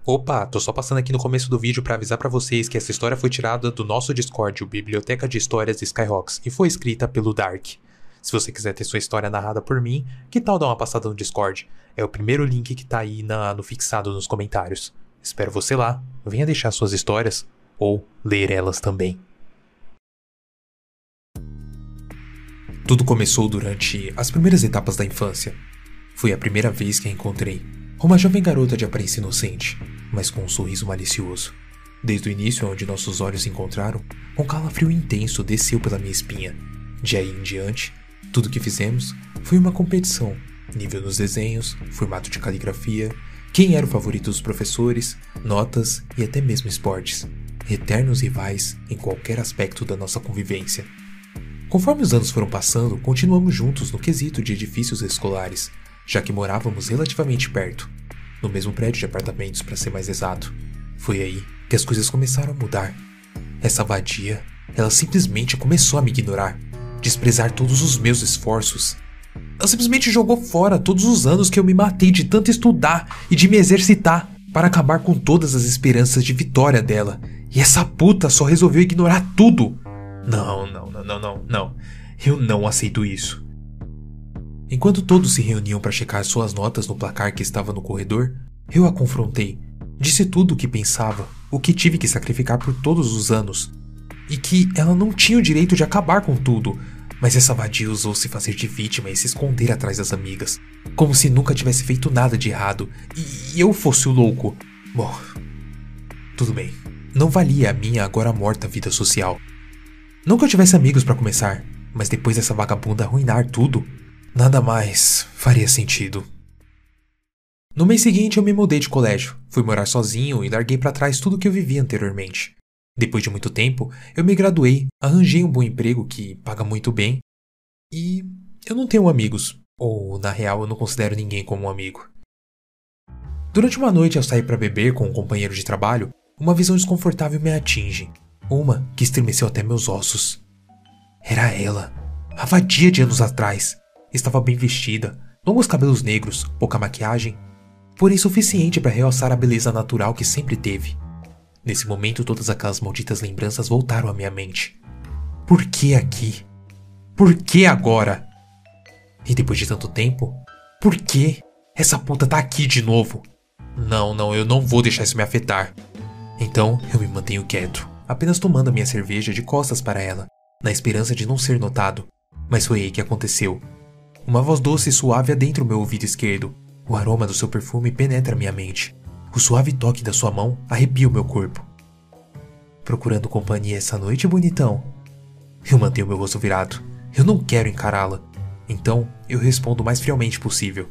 Opa, tô só passando aqui no começo do vídeo pra avisar pra vocês que essa história foi tirada do nosso Discord, o Biblioteca de Histórias de Skyrocks, e foi escrita pelo Dark. Se você quiser ter sua história narrada por mim, que tal dar uma passada no Discord? É o primeiro link que tá aí no fixado nos comentários. Espero você lá, venha deixar suas histórias, ou ler elas também. Tudo começou durante as primeiras etapas da infância. Foi a primeira vez que a encontrei. Uma jovem garota de aparência inocente, mas com um sorriso malicioso. Desde o início, onde nossos olhos se encontraram, um calafrio intenso desceu pela minha espinha. De aí em diante, tudo que fizemos foi uma competição. Nível nos desenhos, formato de caligrafia, quem era o favorito dos professores, notas e até mesmo esportes. Eternos rivais em qualquer aspecto da nossa convivência. Conforme os anos foram passando, continuamos juntos no quesito de edifícios escolares, já que morávamos relativamente perto, no mesmo prédio de apartamentos para ser mais exato. Foi aí que as coisas começaram a mudar. Essa vadia, ela simplesmente começou a me ignorar, desprezar todos os meus esforços. Ela simplesmente jogou fora todos os anos que eu me matei de tanto estudar e de me exercitar para acabar com todas as esperanças de vitória dela. E essa puta só resolveu ignorar tudo. Não. Eu não aceito isso. Enquanto todos se reuniam para checar suas notas no placar que estava no corredor, eu a confrontei. Disse tudo o que pensava, o que tive que sacrificar por todos os anos. E que ela não tinha o direito de acabar com tudo, mas essa vadia usou se fazer de vítima e se esconder atrás das amigas, como se nunca tivesse feito nada de errado, e eu fosse o louco. Bom, tudo bem. Não valia a minha agora morta vida social. Não que eu tivesse amigos para começar, mas depois dessa vagabunda arruinar tudo, nada mais faria sentido. No mês seguinte eu me mudei de colégio, fui morar sozinho e larguei para trás tudo que eu vivia anteriormente. Depois de muito tempo, eu me graduei, arranjei um bom emprego que paga muito bem e eu não tenho amigos, ou na real eu não considero ninguém como um amigo. Durante uma noite ao sair para beber com um companheiro de trabalho, uma visão desconfortável me atinge, uma que estremeceu até meus ossos. Era ela, a vadia de anos atrás. Estava bem vestida, longos cabelos negros, pouca maquiagem, porém suficiente para realçar a beleza natural que sempre teve. Nesse momento todas aquelas malditas lembranças voltaram à minha mente. Por que aqui? Por que agora? E depois de tanto tempo, por que essa puta tá aqui de novo? Não, eu não vou deixar isso me afetar. Então eu me mantenho quieto, apenas tomando a minha cerveja de costas para ela, na esperança de não ser notado. Mas foi aí que aconteceu. Uma voz doce e suave adentra o meu ouvido esquerdo. O aroma do seu perfume penetra minha mente. O suave toque da sua mão arrepia o meu corpo. Procurando companhia essa noite, bonitão? Eu mantenho meu rosto virado. Eu não quero encará-la. Então, eu respondo o mais friamente possível.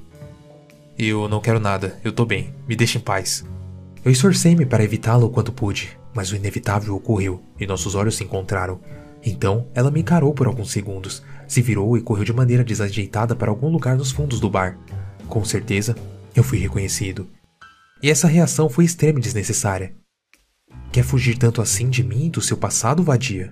Eu não quero nada, eu tô bem, me deixa em paz. Eu esforcei-me para evitá-la o quanto pude, mas o inevitável ocorreu e nossos olhos se encontraram. Então, ela me encarou por alguns segundos, se virou e correu de maneira desajeitada para algum lugar nos fundos do bar. Com certeza, eu fui reconhecido. E essa reação foi extrema e desnecessária. Quer fugir tanto assim de mim e do seu passado, vadia?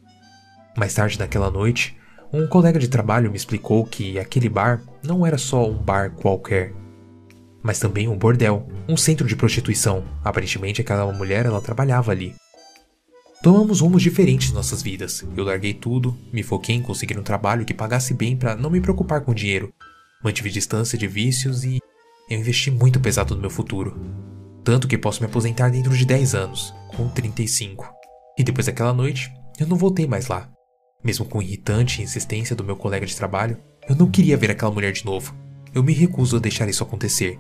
Mais tarde naquela noite, um colega de trabalho me explicou que aquele bar não era só um bar qualquer, mas também um bordel, um centro de prostituição. Aparentemente aquela mulher ela trabalhava ali. Tomamos rumos diferentes em nossas vidas. Eu larguei tudo, me foquei em conseguir um trabalho que pagasse bem para não me preocupar com dinheiro. Mantive distância de vícios e eu investi muito pesado no meu futuro. Tanto que posso me aposentar dentro de 10 anos, com 35. E depois daquela noite, eu não voltei mais lá. Mesmo com irritante insistência do meu colega de trabalho, eu não queria ver aquela mulher de novo. Eu me recuso a deixar isso acontecer.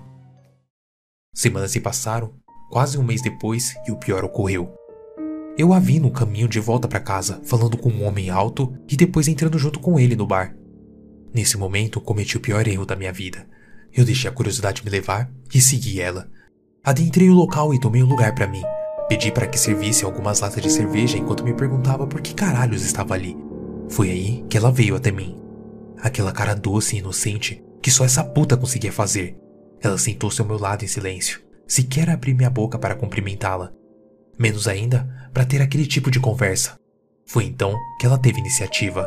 Semanas se passaram, quase um mês depois, e o pior ocorreu. Eu a vi no caminho de volta para casa, falando com um homem alto e depois entrando junto com ele no bar. Nesse momento, cometi o pior erro da minha vida. Eu deixei a curiosidade me levar e segui ela. Adentrei o local e tomei um lugar para mim. Pedi para que servisse algumas latas de cerveja enquanto me perguntava por que caralhos estava ali. Foi aí que ela veio até mim. Aquela cara doce e inocente que só essa puta conseguia fazer. Ela sentou-se ao meu lado em silêncio. Sequer abri minha boca para cumprimentá-la. Menos ainda para ter aquele tipo de conversa. Foi então que ela teve iniciativa.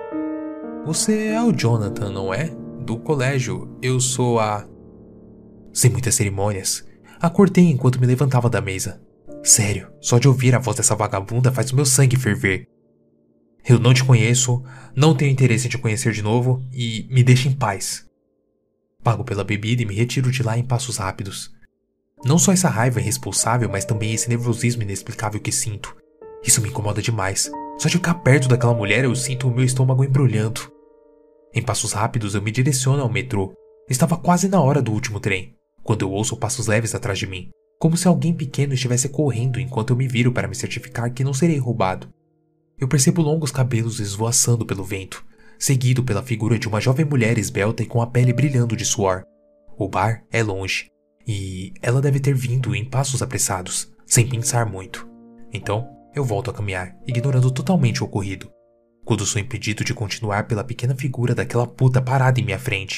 Você é o Jonathan, não é? Do colégio. Eu sou a... Sem muitas cerimônias, Acordei enquanto me levantava da mesa. Sério, só de ouvir a voz dessa vagabunda faz o meu sangue ferver. Eu não te conheço, não tenho interesse em te conhecer de novo e me deixa em paz. Pago pela bebida e me retiro de lá em passos rápidos. Não só essa raiva irresponsável, mas também esse nervosismo inexplicável que sinto. Isso me incomoda demais. Só de ficar perto daquela mulher eu sinto o meu estômago embrulhando. Em passos rápidos eu me direciono ao metrô. Estava quase na hora do último trem, quando eu ouço passos leves atrás de mim, como se alguém pequeno estivesse correndo enquanto eu me viro para me certificar que não serei roubado. Eu percebo longos cabelos esvoaçando pelo vento, seguido pela figura de uma jovem mulher esbelta e com a pele brilhando de suor. O bar é longe, e ela deve ter vindo em passos apressados, sem pensar muito. Então, eu volto a caminhar, ignorando totalmente o ocorrido, quando sou impedido de continuar pela pequena figura daquela puta parada em minha frente.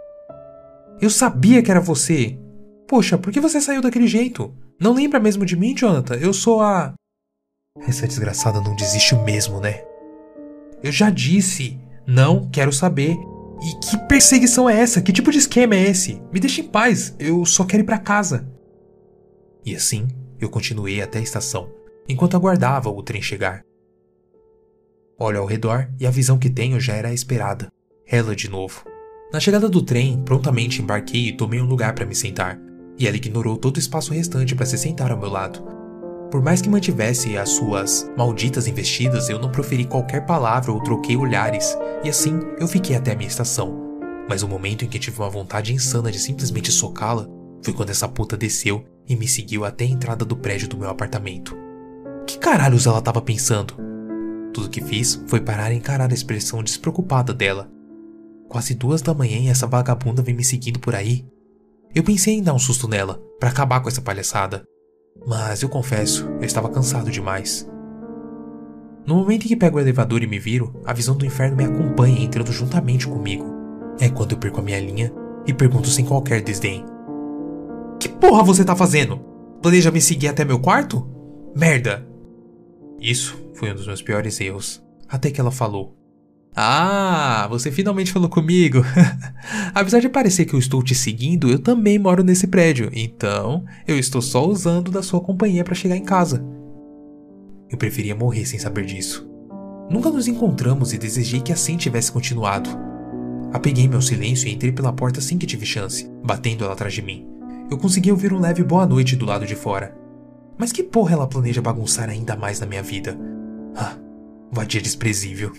Eu sabia que era você! Poxa, por que você saiu daquele jeito? Não lembra mesmo de mim, Jonathan? Eu sou a... Essa desgraçada não desiste mesmo, né? Eu já disse, não quero saber. E que perseguição é essa? Que tipo de esquema é esse? Me deixa em paz, eu só quero ir pra casa. E assim, eu continuei até a estação, enquanto aguardava o trem chegar. Olho ao redor e a visão que tenho já era a esperada. Ela de novo. Na chegada do trem, prontamente embarquei e tomei um lugar para me sentar, e ela ignorou todo o espaço restante para se sentar ao meu lado. Por mais que mantivesse as suas malditas investidas, eu não proferi qualquer palavra ou troquei olhares, e assim eu fiquei até a minha estação. Mas o momento em que tive uma vontade insana de simplesmente socá-la foi quando essa puta desceu e me seguiu até a entrada do prédio do meu apartamento. Que caralhos ela tava pensando? Tudo que fiz foi parar e encarar a expressão despreocupada dela. Quase 2 da manhã e essa vagabunda vem me seguindo por aí. Eu pensei em dar um susto nela, pra acabar com essa palhaçada. Mas eu confesso, eu estava cansado demais. No momento em que pego o elevador e me viro, a visão do inferno me acompanha entrando juntamente comigo. É quando eu perco a minha linha e pergunto sem qualquer desdém: que porra você tá fazendo? Planeja me seguir até meu quarto? Merda! Isso foi um dos meus piores erros. Até que ela falou: ah, você finalmente falou comigo. Apesar de parecer que eu estou te seguindo, eu também moro nesse prédio, então eu estou só usando da sua companhia para chegar em casa. Eu preferia morrer sem saber disso. Nunca nos encontramos e desejei que assim tivesse continuado. Apeguei meu silêncio e entrei pela porta assim que tive chance, batendo ela atrás de mim. Eu consegui ouvir um leve boa noite do lado de fora. Mas que porra ela planeja bagunçar ainda mais na minha vida? Ah, vadia desprezível.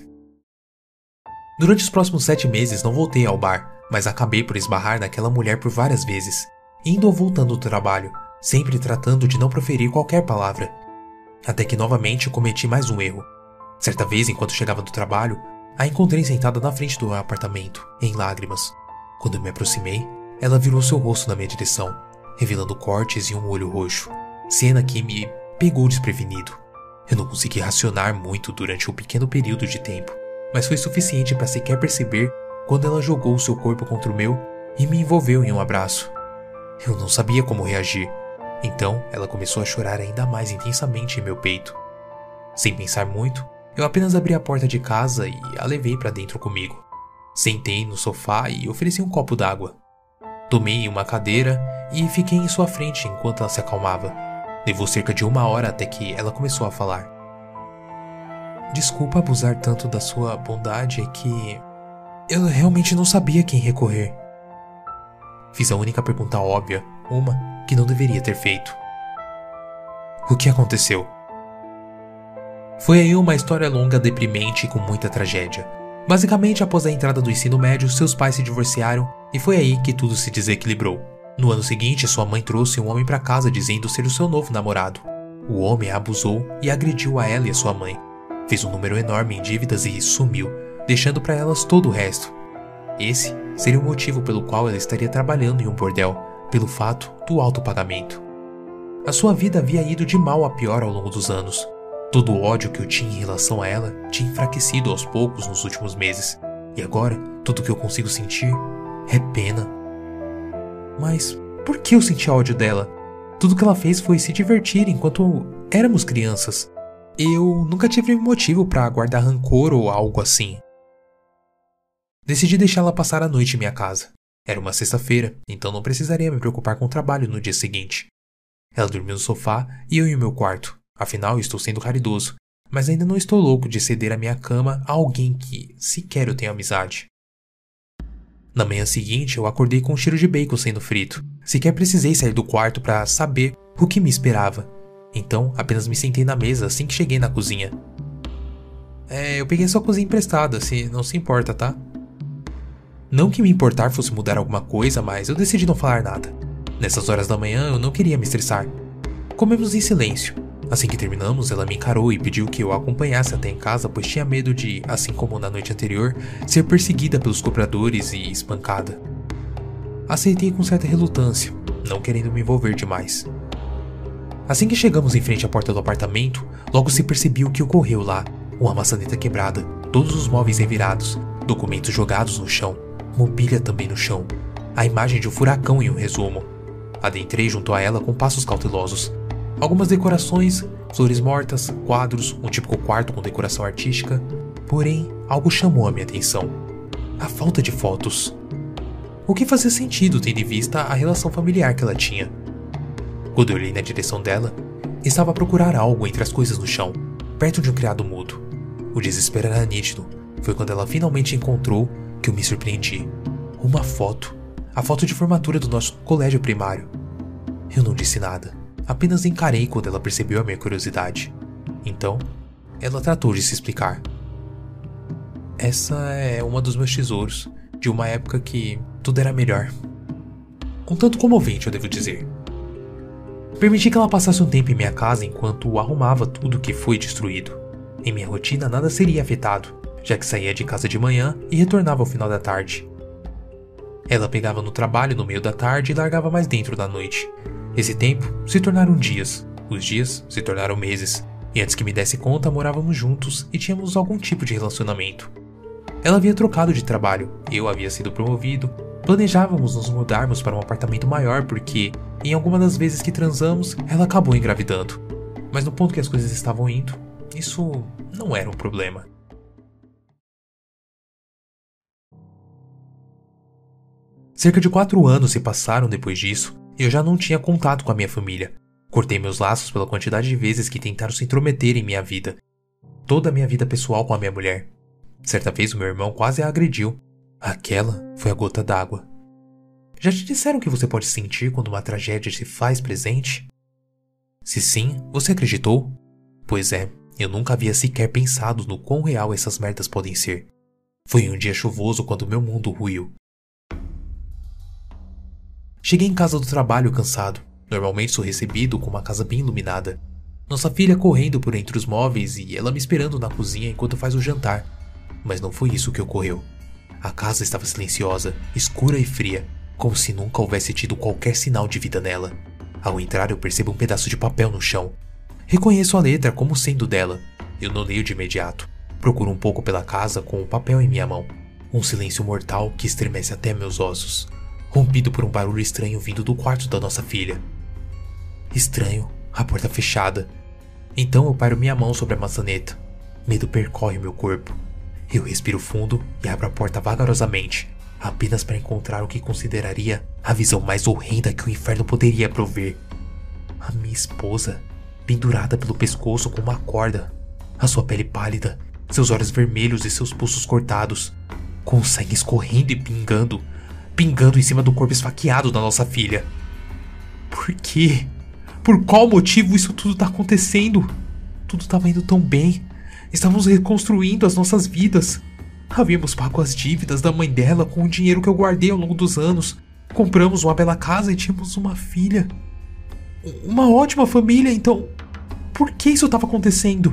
Durante os próximos 7 meses não voltei ao bar, mas acabei por esbarrar naquela mulher por várias vezes, indo ou voltando do trabalho, sempre tratando de não proferir qualquer palavra. Até que novamente cometi mais um erro. Certa vez, enquanto chegava do trabalho, a encontrei sentada na frente do meu apartamento, em lágrimas. Quando eu me aproximei, ela virou seu rosto na minha direção, revelando cortes e um olho roxo, cena que me pegou desprevenido. Eu não consegui racionar muito durante um pequeno período de tempo, mas foi suficiente para sequer perceber quando ela jogou seu corpo contra o meu e me envolveu em um abraço. Eu não sabia como reagir, então ela começou a chorar ainda mais intensamente em meu peito. Sem pensar muito, eu apenas abri a porta de casa e a levei para dentro comigo. Sentei no sofá e ofereci um copo d'água. Tomei uma cadeira e fiquei em sua frente enquanto ela se acalmava. Levou cerca de 1 hora até que ela começou a falar. Desculpa abusar tanto da sua bondade, é que eu realmente não sabia a quem recorrer. Fiz a única pergunta óbvia, uma que não deveria ter feito. O que aconteceu? Foi aí uma história longa, deprimente e com muita tragédia. Basicamente, após a entrada do ensino médio, seus pais se divorciaram e foi aí que tudo se desequilibrou. No ano seguinte, sua mãe trouxe um homem para casa dizendo ser o seu novo namorado. O homem a abusou e agrediu a ela e a sua mãe. Fez um número enorme em dívidas e sumiu, deixando para elas todo o resto. Esse seria o motivo pelo qual ela estaria trabalhando em um bordel, pelo fato do alto pagamento. A sua vida havia ido de mal a pior ao longo dos anos. Todo o ódio que eu tinha em relação a ela tinha enfraquecido aos poucos nos últimos meses, e agora tudo que eu consigo sentir é pena. Mas por que eu senti ódio dela? Tudo que ela fez foi se divertir enquanto éramos crianças. Eu nunca tive motivo para guardar rancor ou algo assim. Decidi deixá-la passar a noite em minha casa. Era uma sexta-feira, então não precisaria me preocupar com o trabalho no dia seguinte. Ela dormiu no sofá e eu em meu quarto. Afinal, estou sendo caridoso, mas ainda não estou louco de ceder a minha cama a alguém que sequer eu tenho amizade. Na manhã seguinte, eu acordei com um cheiro de bacon sendo frito. Sequer precisei sair do quarto para saber o que me esperava. Então, apenas me sentei na mesa assim que cheguei na cozinha. Eu peguei sua cozinha emprestada, se não se importa, tá? Não que me importar fosse mudar alguma coisa, mas eu decidi não falar nada. Nessas horas da manhã, eu não queria me estressar. Comemos em silêncio. Assim que terminamos, ela me encarou e pediu que eu a acompanhasse até em casa, pois tinha medo de, assim como na noite anterior, ser perseguida pelos cobradores e espancada. Aceitei com certa relutância, não querendo me envolver demais. Assim que chegamos em frente à porta do apartamento, logo se percebeu o que ocorreu lá. Uma maçaneta quebrada, todos os móveis revirados, documentos jogados no chão, mobília também no chão. A imagem de um furacão em um resumo. Adentrei junto a ela com passos cautelosos. Algumas decorações, flores mortas, quadros, um típico quarto com decoração artística. Porém, algo chamou a minha atenção. A falta de fotos. O que fazia sentido tendo em vista a relação familiar que ela tinha. Quando eu olhei na direção dela, estava a procurar algo entre as coisas no chão, perto de um criado mudo. O desespero era nítido. Foi quando ela finalmente encontrou que eu me surpreendi. Uma foto. A foto de formatura do nosso colégio primário. Eu não disse nada. Apenas encarei quando ela percebeu a minha curiosidade. Então, ela tratou de se explicar. Essa é uma dos meus tesouros, de uma época que tudo era melhor. Um tanto comovente, eu devo dizer. Permiti que ela passasse um tempo em minha casa enquanto arrumava tudo que foi destruído. Em minha rotina nada seria afetado, já que saía de casa de manhã e retornava ao final da tarde. Ela pegava no trabalho no meio da tarde e largava mais dentro da noite. Esse tempo se tornaram dias, os dias se tornaram meses, e antes que me desse conta morávamos juntos e tínhamos algum tipo de relacionamento. Ela havia trocado de trabalho, eu havia sido promovido, planejávamos nos mudarmos para um apartamento maior porque, em alguma das vezes que transamos, ela acabou engravidando. Mas no ponto que as coisas estavam indo, isso não era um problema. Cerca de 4 anos se passaram depois disso e eu já não tinha contato com a minha família. Cortei meus laços pela quantidade de vezes que tentaram se intrometer em minha vida. Toda a minha vida pessoal com a minha mulher. Certa vez o meu irmão quase a agrediu. Aquela foi a gota d'água. Já te disseram que você pode sentir quando uma tragédia se faz presente? Se sim, você acreditou? Pois é, eu nunca havia sequer pensado no quão real essas merdas podem ser. Foi um dia chuvoso quando meu mundo ruiu. Cheguei em casa do trabalho cansado. Normalmente sou recebido com uma casa bem iluminada. Nossa filha correndo por entre os móveis e ela me esperando na cozinha enquanto faz o jantar. Mas não foi isso que ocorreu. A casa estava silenciosa, escura e fria, como se nunca houvesse tido qualquer sinal de vida nela. Ao entrar eu percebo um pedaço de papel no chão. Reconheço a letra como sendo dela. Eu não leio de imediato. Procuro um pouco pela casa com o papel em minha mão. Um silêncio mortal que estremece até meus ossos. Rompido por um barulho estranho vindo do quarto da nossa filha. Estranho, a porta fechada. Então eu paro minha mão sobre a maçaneta. Medo percorre meu corpo. Eu respiro fundo e abro a porta vagarosamente, apenas para encontrar o que consideraria a visão mais horrenda que o inferno poderia prover. A minha esposa, pendurada pelo pescoço com uma corda, a sua pele pálida, seus olhos vermelhos e seus pulsos cortados, com o sangue escorrendo e pingando em cima do corpo esfaqueado da nossa filha. Por quê? Por qual motivo isso tudo tá acontecendo? Tudo estava indo tão bem. Estávamos reconstruindo as nossas vidas. Havíamos pago as dívidas da mãe dela com o dinheiro que eu guardei ao longo dos anos. Compramos uma bela casa e tínhamos uma filha. Uma ótima família, então... Por que isso estava acontecendo?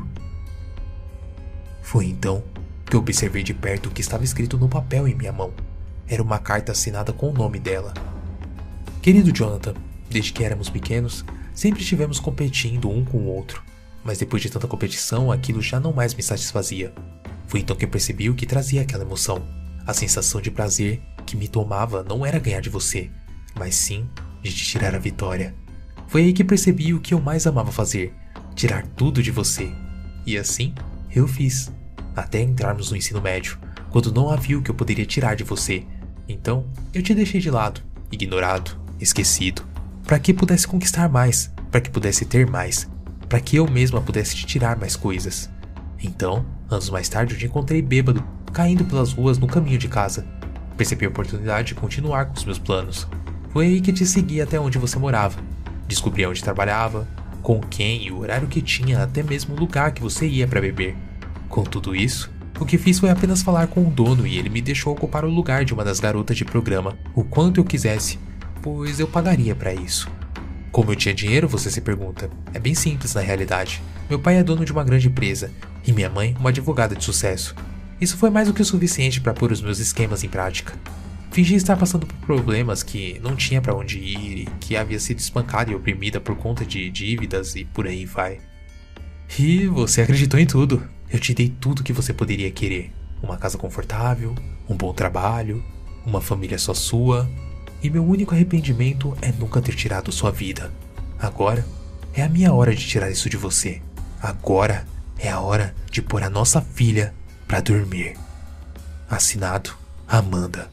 Foi então que eu observei de perto o que estava escrito no papel em minha mão. Era uma carta assinada com o nome dela. Querido Jonathan, desde que éramos pequenos, sempre estivemos competindo um com o outro. Mas depois de tanta competição, aquilo já não mais me satisfazia. Foi então que eu percebi o que trazia aquela emoção. A sensação de prazer que me tomava não era ganhar de você, mas sim de te tirar a vitória. Foi aí que percebi o que eu mais amava fazer, tirar tudo de você. E assim, eu fiz. Até entrarmos no ensino médio, quando não havia o que eu poderia tirar de você. Então, eu te deixei de lado, ignorado, esquecido, para que pudesse conquistar mais, para que pudesse ter mais, para que eu mesma pudesse te tirar mais coisas. Então, anos mais tarde, eu te encontrei bêbado, caindo pelas ruas no caminho de casa. Percebi a oportunidade de continuar com os meus planos. Foi aí que te segui até onde você morava. Descobri onde trabalhava, com quem e o horário que tinha, até mesmo o lugar que você ia para beber. Com tudo isso, o que fiz foi apenas falar com o dono e ele me deixou ocupar o lugar de uma das garotas de programa, o quanto eu quisesse, pois eu pagaria para isso. Como eu tinha dinheiro, você se pergunta? É bem simples na realidade. Meu pai é dono de uma grande empresa e minha mãe uma advogada de sucesso. Isso foi mais do que o suficiente para pôr os meus esquemas em prática. Fingi estar passando por problemas, que não tinha para onde ir e que havia sido espancada e oprimida por conta de dívidas e por aí vai. E você acreditou em tudo. Eu te dei tudo que você poderia querer. Uma casa confortável, um bom trabalho, uma família só sua. E meu único arrependimento é nunca ter tirado sua vida. Agora é a minha hora de tirar isso de você. Agora é a hora de pôr a nossa filha pra dormir. Assinado, Amanda.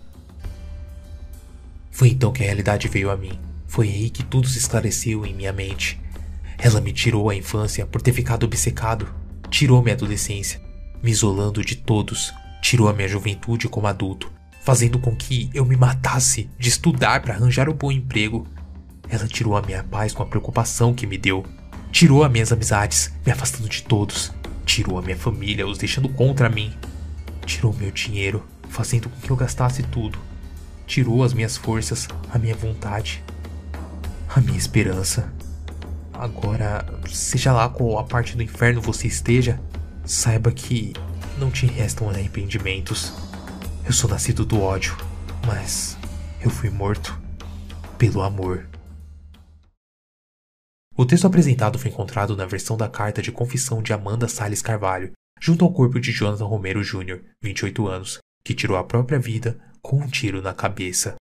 Foi então que a realidade veio a mim. Foi aí que tudo se esclareceu em minha mente. Ela me tirou a infância por ter ficado obcecado. Tirou minha adolescência, me isolando de todos. Tirou a minha juventude como adulto, fazendo com que eu me matasse de estudar para arranjar um bom emprego. Ela tirou a minha paz com a preocupação que me deu. Tirou as minhas amizades, me afastando de todos. Tirou a minha família, os deixando contra mim. Tirou meu dinheiro, fazendo com que eu gastasse tudo. Tirou as minhas forças, a minha vontade, a minha esperança. Agora, seja lá qual a parte do inferno você esteja, saiba que não te restam arrependimentos. Eu sou nascido do ódio, mas eu fui morto pelo amor. O texto apresentado foi encontrado na versão da carta de confissão de Amanda Salles Carvalho, junto ao corpo de Jonathan Romero Jr., 28 anos, que tirou a própria vida com um tiro na cabeça.